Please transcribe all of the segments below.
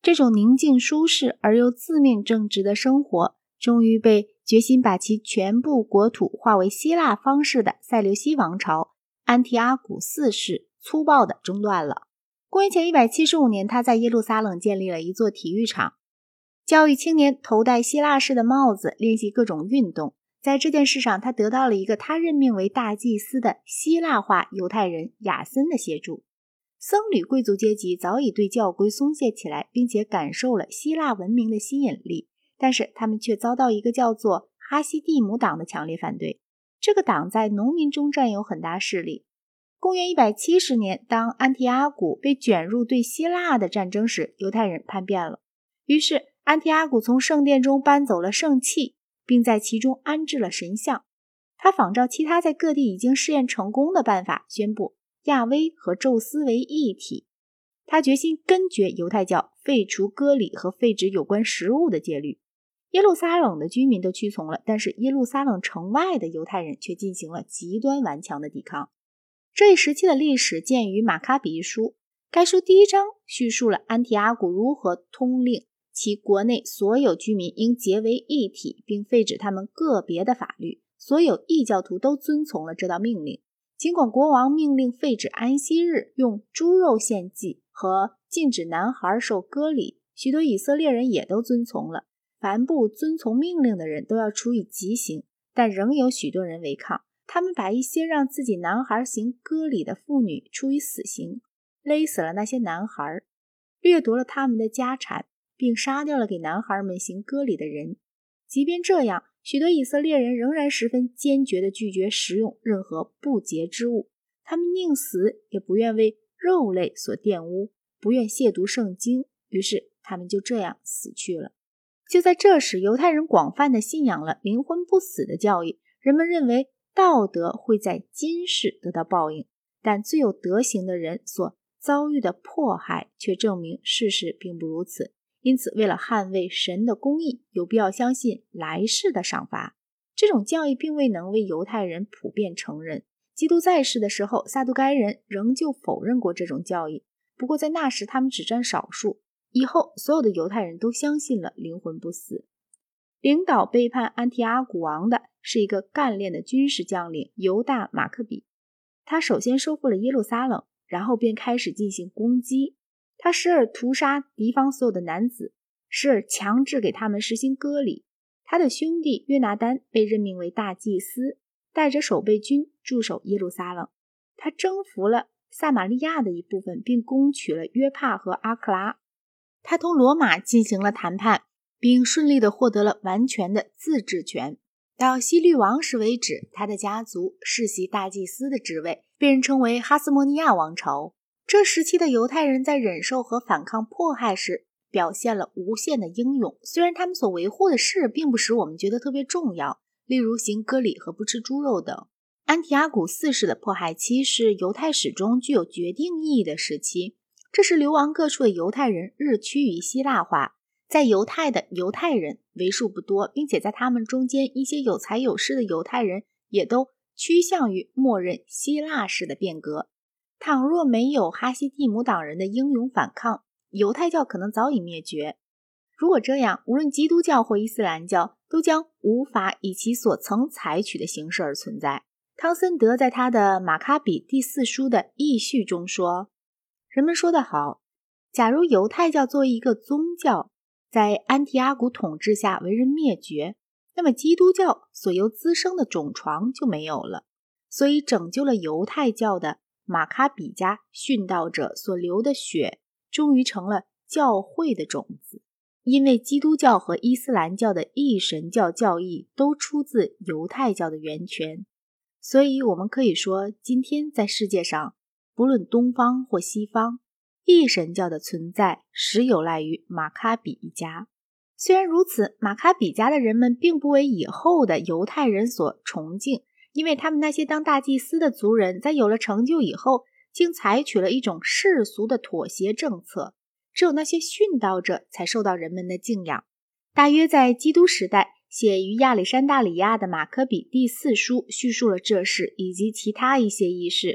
这种宁静舒适而又自命正直的生活，终于被决心把其全部国土化为希腊方式的塞琉西王朝安提阿古四世粗暴地中断了。公元前175年，他在耶路撒冷建立了一座体育场，教育青年头戴希腊式的帽子，练习各种运动。在这件事上，他得到了一个他任命为大祭司的希腊化犹太人亚森的协助。僧侣贵族阶级早已对教规松懈起来，并且感受了希腊文明的吸引力，但是他们却遭到一个叫做哈西蒂姆党的强烈反对。这个党在农民中占有很大势力。公元170年，当安提阿古被卷入对希腊的战争时，犹太人叛变了。于是安提阿古从圣殿中搬走了圣器，并在其中安置了神像。他仿照其他在各地已经试验成功的办法，宣布亚威和宙斯为一体。他决心根绝犹太教，废除割礼和废止有关食物的戒律。耶路撒冷的居民都屈从了，但是耶路撒冷城外的犹太人却进行了极端顽强的抵抗。这一时期的历史见于马卡比书，该书第1章叙述了安提阿古如何通令其国内所有居民应结为一体，并废止他们个别的法律。所有异教徒都遵从了这道命令。尽管国王命令废止安息日，用猪肉献祭和禁止男孩受割礼，许多以色列人也都遵从了。凡不遵从命令的人都要处以极刑，但仍有许多人违抗。他们把一些让自己男孩行割礼的妇女处以死刑，勒死了那些男孩，掠夺了他们的家产，并杀掉了给男孩们行割礼的人。即便这样，许多以色列人仍然十分坚决地拒绝食用任何不洁之物，他们宁死也不愿为肉类所玷污，不愿亵渎圣经，于是他们就这样死去了。就在这时，犹太人广泛地信仰了灵魂不死的教义，人们认为道德会在今世得到报应，但最有德行的人所遭遇的迫害却证明事实并不如此。因此，为了捍卫神的公义，有必要相信来世的赏罚。这种教义并未能为犹太人普遍承认。基督在世的时候，撒都该人仍旧否认过这种教义，不过在那时他们只占少数。以后所有的犹太人都相信了灵魂不死。领导背叛安提阿古王的是一个干练的军事将领犹大马克比。他首先收复了耶路撒冷，然后便开始进行攻击。他时而屠杀敌方所有的男子，时而强制给他们实行割礼。他的兄弟约拿单被任命为大祭司，带着守备军驻守耶路撒冷。他征服了撒玛利亚的一部分，并攻取了约帕和阿克拉。他同罗马进行了谈判，并顺利地获得了完全的自治权。到希律王时为止，他的家族世袭大祭司的职位，被人称为哈斯莫尼亚王朝。这时期的犹太人在忍受和反抗迫害时表现了无限的英勇，虽然他们所维护的事并不使我们觉得特别重要，例如行割礼和不吃猪肉等。安提阿古四世的迫害期是犹太史中具有决定意义的时期，这时流亡各处的犹太人日趋于希腊化，在犹太的犹太人为数不多，并且在他们中间一些有才有势的犹太人也都趋向于默认希腊式的变革。倘若没有哈西蒂姆党人的英勇反抗，犹太教可能早已灭绝。如果这样，无论基督教或伊斯兰教都将无法以其所曾采取的形式而存在。汤森德在他的马卡比第4书的译序中说，人们说得好，假如犹太教作为一个宗教在安提阿古统治下为人灭绝，那么基督教所由滋生的种床就没有了。所以拯救了犹太教的马卡比家殉道者所流的血终于成了教会的种子，因为基督教和伊斯兰教的一神教教义都出自犹太教的源泉。所以我们可以说，今天在世界上，不论东方或西方，一神教的存在实有赖于马卡比一家。虽然如此，马卡比家的人们并不为以后的犹太人所崇敬，因为他们那些当大祭司的族人在有了成就以后，竟采取了一种世俗的妥协政策，只有那些殉道者才受到人们的敬仰。大约在基督时代，写于亚历山大里亚的马科比第4书叙述了这事以及其他一些轶事，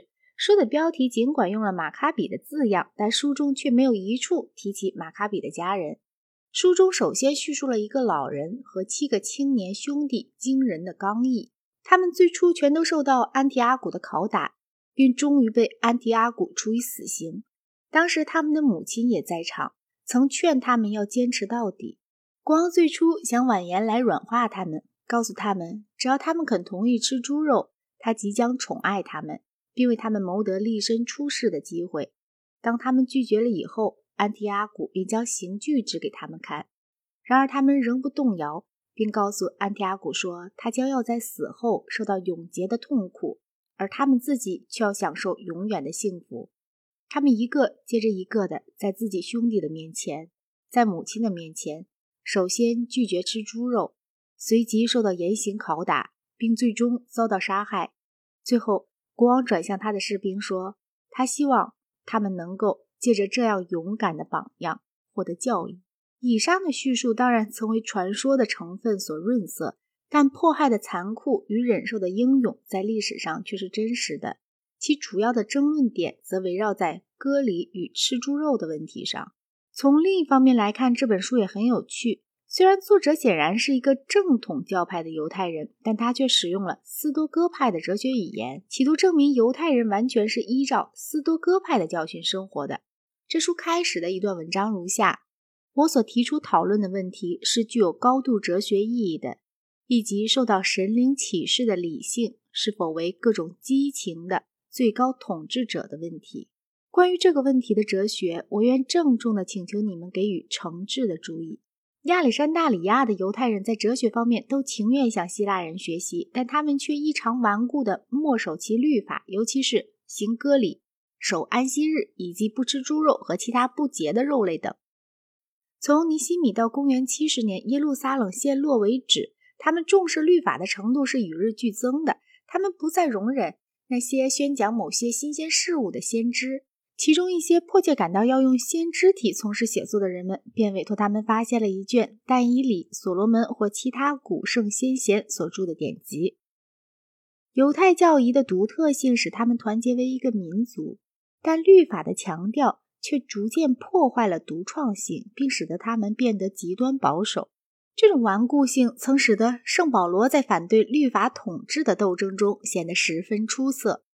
书的标题尽管用了马卡比的字样，但书中却没有一处提起马卡比的家人。书中首先叙述了一个老人和7个青年兄弟惊人的刚毅，他们最初全都受到安提阿古的拷打，并终于被安提阿古处以死刑。当时他们的母亲也在场，曾劝他们要坚持到底。国王最初想婉言来软化他们，告诉他们只要他们肯同意吃猪肉，他即将宠爱他们，并为他们谋得立身出世的机会。当他们拒绝了以后，安提阿古便将刑具指给他们看。然而他们仍不动摇，并告诉安提阿古说，他将要在死后受到永劫的痛苦，而他们自己却要享受永远的幸福。他们一个接着一个的在自己兄弟的面前，在母亲的面前，首先拒绝吃猪肉，随即受到严刑拷打，并最终遭到杀害。最后，国王转向他的士兵说，他希望他们能够借着这样勇敢的榜样获得教育。以上的叙述当然曾为传说的成分所润色，但迫害的残酷与忍受的英勇在历史上却是真实的。其主要的争论点则围绕在割礼与吃猪肉的问题上。从另一方面来看，这本书也很有趣。虽然作者显然是一个正统教派的犹太人，但他却使用了斯多哥派的哲学语言，企图证明犹太人完全是依照斯多哥派的教训生活的。这书开始的一段文章如下：我所提出讨论的问题是具有高度哲学意义的，以及受到神灵启示的理性是否为各种激情的最高统治者的问题。关于这个问题的哲学，我愿郑重地请求你们给予诚挚的注意。亚历山大里亚的犹太人在哲学方面都情愿向希腊人学习，但他们却异常顽固地默守其律法，尤其是行割礼、守安息日以及不吃猪肉和其他不洁的肉类等。从尼希米到公元70年耶路撒冷陷落为止，他们重视律法的程度是与日俱增的。他们不再容忍那些宣讲某些新鲜事物的先知，其中一些迫切感到要用先知体从事写作的人们，便委托他们发现了一卷但以理、所罗门或其他古圣先贤所著的典籍。犹太教义的独特性使他们团结为一个民族，但律法的强调却逐渐破坏了独创性，并使得他们变得极端保守。这种顽固性曾使得圣保罗在反对律法统治的斗争中显得十分出色。